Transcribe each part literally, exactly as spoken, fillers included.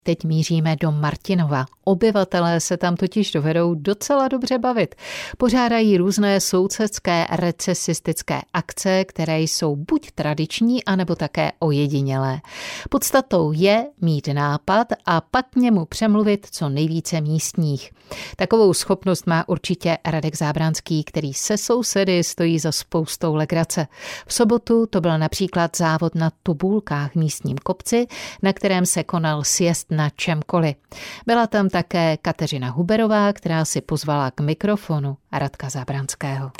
Teď míříme do Martinova. Obyvatelé se tam totiž dovedou docela dobře bavit. Pořádají různé sousedské recesistické akce, které jsou buď tradiční, anebo také ojedinělé. Podstatou je mít nápad a pak k němu přemluvit co nejvíce místních. Takovou schopnost má určitě Radek Zábranský, který se sousedy stojí za spoustou legrace. V sobotu to byl například závod na Tobůlkách v místním kopci, na kterém se konal sjezd na čemkoliv. Byla tam také Kateřina Huberová, která si pozvala k mikrofonu Radka Zábranského.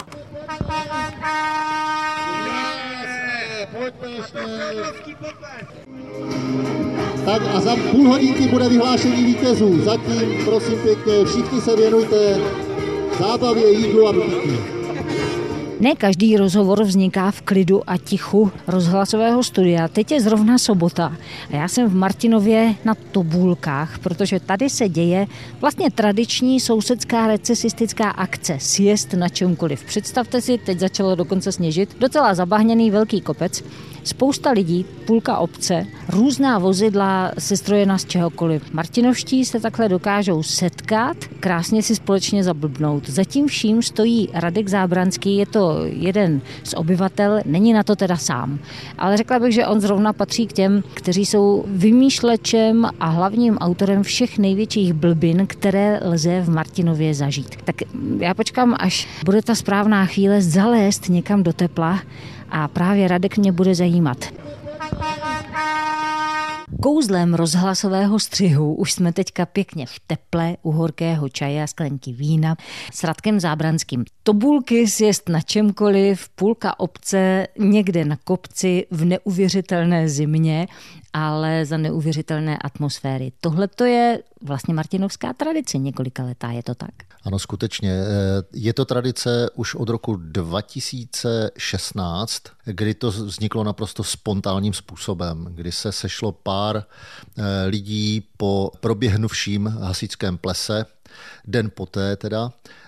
Tak a za půl hodinky bude vyhlášení vítězů. Zatím, prosím pěkně, všichni se věnujte zábavě, jídlu a pití. Ne každý rozhovor vzniká v klidu a tichu rozhlasového studia. Teď je zrovna sobota a já jsem v Martinově na Tobůlkách, protože tady se děje vlastně tradiční sousedská recesistická akce Sjezd na čemkoliv. Představte si, teď začalo dokonce sněžit, docela zabahněný velký kopec, spousta lidí, půlka obce, různá vozidla sestrojena z čehokoliv. Martinovští se takhle dokážou setkat, krásně si společně zablbnout. Zatím vším stojí Radek Zábranský, je to jeden z obyvatel, není na to teda sám. Ale řekla bych, že on zrovna patří k těm, kteří jsou vymýšlečem a hlavním autorem všech největších blbin, které lze v Martinově zažít. Tak já počkám, až bude ta správná chvíle zalézt někam do tepla a právě Radek mě bude zajímat. Kouzlem rozhlasového střihu už jsme teďka pěkně v teple u horkého čaje a sklenky vína s Radkem Zábranským. Tobůlky, sjezd na čemkoliv, půlka obce, někde na kopci v neuvěřitelné zimě, ale za neuvěřitelné atmosféry. Tohle to je vlastně martinovská tradice několika letá, je to tak? Ano, skutečně. Je to tradice už od roku dva tisíce šestnáct, kdy to vzniklo naprosto spontánním způsobem, kdy se sešlo pár lidí po proběhnuvším hasičském plese, den poté teda,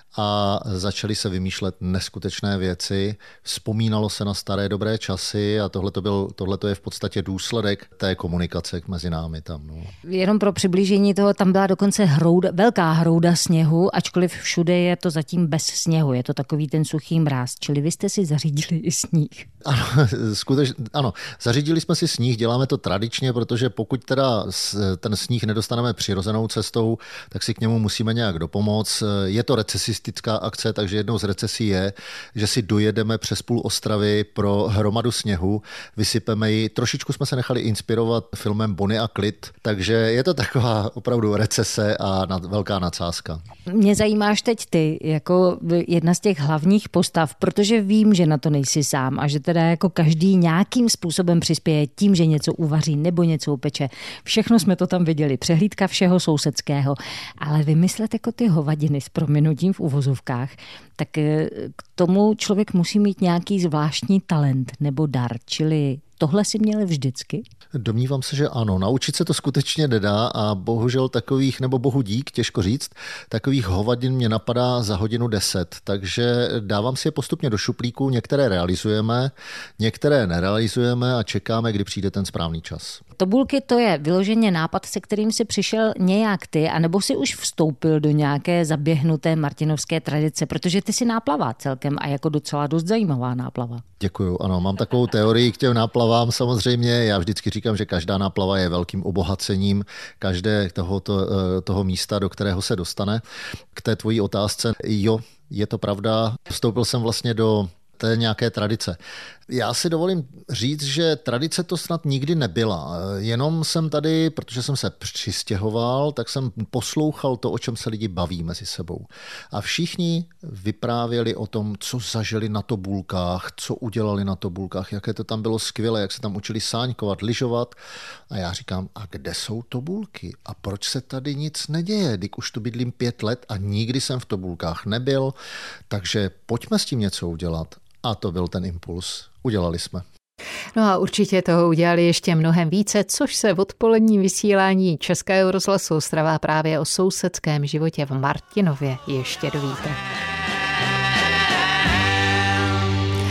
a začaly se vymýšlet neskutečné věci. Vzpomínalo se na staré dobré časy a tohle to byl, tohleto je v podstatě důsledek té komunikace mezi námi tam. No. Jenom pro přiblížení toho, tam byla dokonce hrouda, velká hrouda sněhu, ačkoliv všude je to zatím bez sněhu. Je to takový ten suchý mráz. Čili vy jste si zařídili i sníh. Ano, skutečně, ano, zařídili jsme si sníh, děláme to tradičně, protože pokud teda ten sníh nedostaneme přirozenou cestou, tak si k němu musíme nějak dopomoct. Je to recesistická akce, takže jednou z recesí je, že si dojedeme přes půl Ostravy pro hromadu sněhu, vysypeme ji. Trošičku jsme se nechali inspirovat filmem Bonnie a Clyde, takže je to taková opravdu recese a nad, velká nadsázka. Mě zajímáš teď ty, jako jedna z těch hlavních postav, protože vím, že na to nejsi sám a že teda jako každý nějakým způsobem přispěje tím, že něco uvaří nebo něco upeče. Všechno jsme to tam viděli, přehlídka všeho sousedského, ale vymyslet jako ty hovadiny s prominutím v uvozovkách, tak k tomu člověk musí mít nějaký zvláštní talent nebo dar, čili tohle si měli vždycky? Domnívám se, že ano. Naučit se to skutečně nedá a bohužel takových, nebo bohu dík, těžko říct, takových hovadin mě napadá za hodinu deset, takže dávám si je postupně do šuplíku, některé realizujeme, některé nerealizujeme a čekáme, kdy přijde ten správný čas. Tobůlky, to je vyloženě nápad, se kterým si přišel nějak ty, anebo si už vstoupil do nějaké zaběhnuté martinovské tradice, protože ty si náplava celkem a jako docela dost zajímavá náplava. Děkuju, ano, mám takovou teorii k těm náplavám samozřejmě. Já vždycky říkám, že každá náplava je velkým obohacením každé tohoto, toho místa, do kterého se dostane. K té tvojí otázce, jo, je to pravda. Vstoupil jsem vlastně do té nějaké tradice. Já si dovolím říct, že tradice to snad nikdy nebyla. Jenom jsem tady, protože jsem se přistěhoval, tak jsem poslouchal to, o čem se lidi baví mezi sebou. A všichni vyprávěli o tom, co zažili na Tobůlkách, co udělali na Tobůlkách, jaké to tam bylo skvělé, jak se tam učili sáňkovat, lyžovat. A já říkám, a kde jsou Tobůlky? A proč se tady nic neděje? Když už tu bydlím pět let a nikdy jsem v Tobůlkách nebyl, takže pojďme s tím něco udělat. A to byl ten impuls. Udělali jsme. No a určitě toho udělali ještě mnohem více, což se v odpoledním vysílání Českého rozhlasu Ostrava právě o sousedském životě v Martinově ještě dovíte.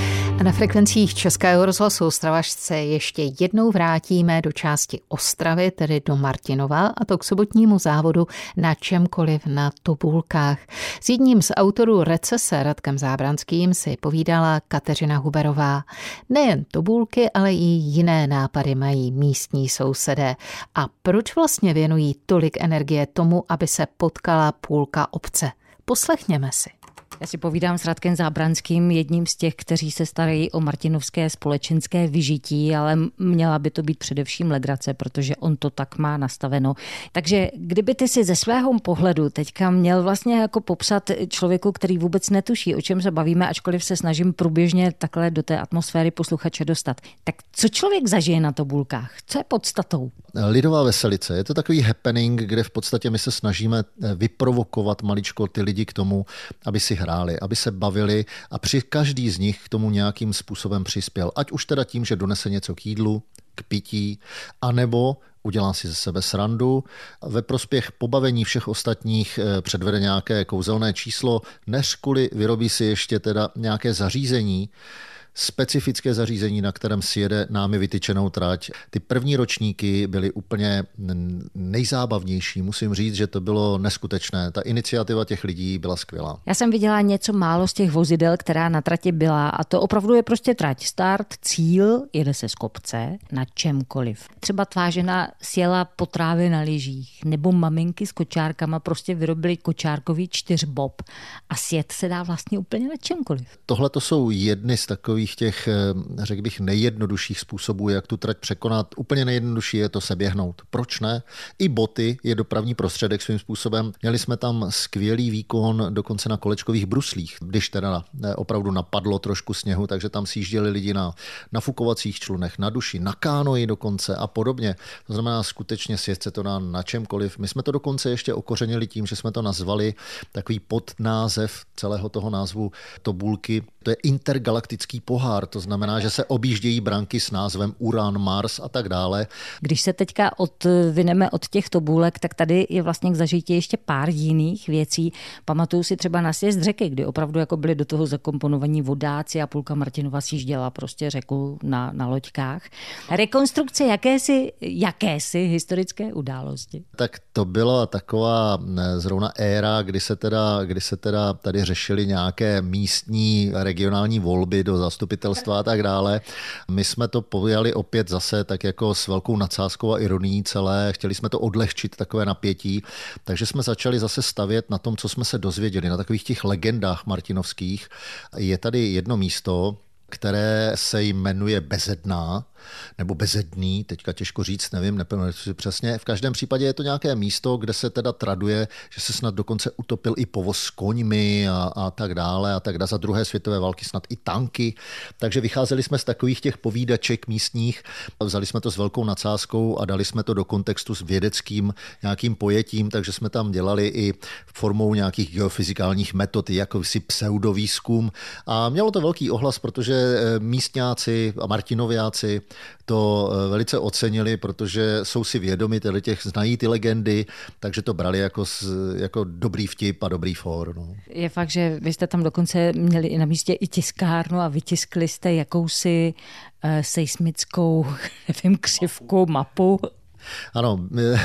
A na frekvencích Českého rozhlasu Ostrava se ještě jednou vrátíme do části Ostravy, tedy do Martinova, a to k sobotnímu závodu Na čemkoliv na Tobulkách. S jedním z autorů recese Radkem Zábranským si povídala Kateřina Huberová. Nejen Tobulky, ale i jiné nápady mají místní sousedé. A proč vlastně věnují tolik energie tomu, aby se potkala půlka obce? Poslechněme si. Já si povídám s Radkem Zábranským, jedním z těch, kteří se starají o martinovské společenské vyžití, ale měla by to být především legrace, protože on to tak má nastaveno. Takže kdyby ty si ze svého pohledu teďka měl vlastně jako popsat člověku, který vůbec netuší, o čem se bavíme, ačkoliv se snažím průběžně takhle do té atmosféry posluchače dostat, tak co člověk zažije na Tobulkách? Co je podstatou? Lidová veselice. Je to takový happening, kde v podstatě my se snažíme vyprovokovat maličko ty lidi k tomu, aby si hráli, aby se bavili a při každý z nich k tomu nějakým způsobem přispěl. Ať už teda tím, že donese něco k jídlu, k pití, anebo udělá si ze sebe srandu. Ve prospěch pobavení všech ostatních předvede nějaké kouzelné číslo, než kvůli vyrobí si ještě teda nějaké zařízení, specifické zařízení, na kterém si jede námi vytyčenou trať. Ty první ročníky byly úplně nejzábavnější. Musím říct, že to bylo neskutečné. Ta iniciativa těch lidí byla skvělá. Já jsem viděla něco málo z těch vozidel, která na trati byla, a to opravdu je prostě trať. Start, cíl, jede se z kopce na čemkoliv. Třeba tvá žena sjela po trávě na lyžích, nebo maminky s kočárkama prostě vyrobili kočárkový čtyřbob a sjet se dá vlastně úplně na čemkoliv. Tohle to jsou jedny z takových těch, řekl bych, nejjednodušších způsobů, jak tu trať překonat. Úplně nejjednodušší je to se běhnout. Proč ne? I boty je dopravní prostředek svým způsobem. Měli jsme tam skvělý výkon dokonce na kolečkových bruslích, když teda opravdu napadlo trošku sněhu, takže tam sjížděli lidi na nafukovacích člunech, na duši, na kánoji dokonce a podobně. To znamená skutečně sjet se to na, na čemkoliv. My jsme to dokonce ještě okořenili tím, že jsme to nazvali takový podnázev celého toho názvu Tobulky. To je intergalaktický pohár, to znamená, že se objíždějí branky s názvem Uran, Mars a tak dále. Když se teďka odvineme od těch Tobulek, tak tady je vlastně k zažití ještě pár jiných věcí. Pamatuju si třeba na sjezd řeky, kdy opravdu jako byli do toho zakomponovaní vodáci a půlka Martinova sjížděla prostě řeku na, na loďkách. Rekonstrukce jakési, jakési historické události. Tak to byla taková zrovna éra, kdy se teda, kdy se teda tady řešily nějaké místní regionální volby do zastupitelstva a tak dále. My jsme to pojali opět zase tak jako s velkou nadsázkou a ironií celé. Chtěli jsme to odlehčit, takové napětí, takže jsme začali zase stavět na tom, co jsme se dozvěděli, na takových těch legendách martinovských. Je tady jedno místo, které se jmenuje Bezedná, nebo Bezedný, teďka těžko říct, nevím, nepamatuji si přesně. V každém případě je to nějaké místo, kde se teda traduje, že se snad dokonce utopil i povoz s koňmi a, a tak dále a tak dále. Za druhé světové války snad i tanky. Takže vycházeli jsme z takových těch povídaček místních, vzali jsme to s velkou nadsázkou a dali jsme to do kontextu s vědeckým nějakým pojetím, takže jsme tam dělali i formou nějakých geofyzikálních metod, jako si pseudovýzkum. A mělo to velký ohlas, protože místňáci a martinoviáci to velice ocenili, protože jsou si vědomi těch, znají ty legendy, takže to brali jako, jako dobrý vtip a dobrý fór. No. Je fakt, že vy jste tam dokonce měli i na místě i tiskárnu a vytiskli jste jakousi uh, seismickou, nevím, křivku, mapu. Ano,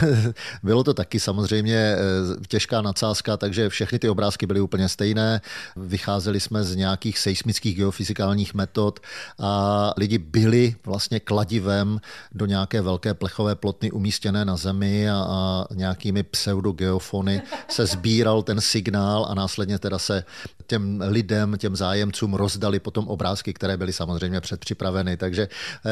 bylo to taky samozřejmě těžká nadsázka, takže všechny ty obrázky byly úplně stejné. Vycházeli jsme z nějakých seismických geofyzikálních metod a lidi byli vlastně kladivem do nějaké velké plechové plotny umístěné na zemi a, a nějakými pseudogeofony se sbíral ten signál a následně teda se těm lidem, těm zájemcům rozdali potom obrázky, které byly samozřejmě předpřipraveny. Takže,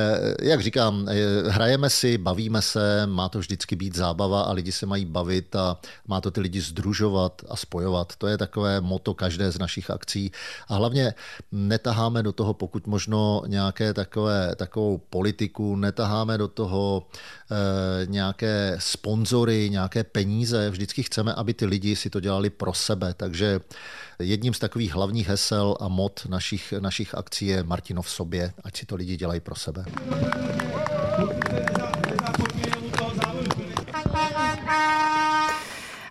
jak říkám, hrajeme si, bavíme se, má to vždycky být zábava a lidi se mají bavit a má to ty lidi sdružovat a spojovat. To je takové motto každé z našich akcí. A hlavně netaháme do toho pokud možno nějaké takové, takovou politiku, netaháme do toho e, nějaké sponzory, nějaké peníze. Vždycky chceme, aby ty lidi si to dělali pro sebe. Takže jedním z takových hlavních hesel a mot našich, našich akcí je Martinov v sobě, ať si to lidi dělají pro sebe.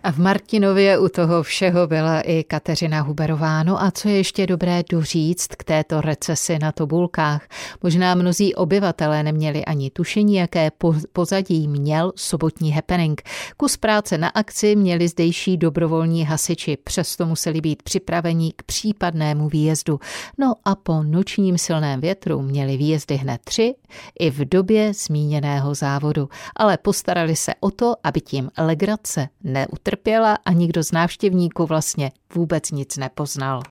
A v Martinově u toho všeho byla i Kateřina Huberová. No a co je ještě dobré doříct k této recesi na Tobulkách? Možná mnozí obyvatelé neměli ani tušení, jaké pozadí měl sobotní happening. Kus práce na akci měli zdejší dobrovolní hasiči, přesto museli být připraveni k případnému výjezdu. No a po nočním silném větru měli výjezdy hned tři, i v době zmíněného závodu. Ale postarali se o to, aby tím legrace neutrpěla a nikdo z návštěvníků vlastně vůbec nic nepoznal.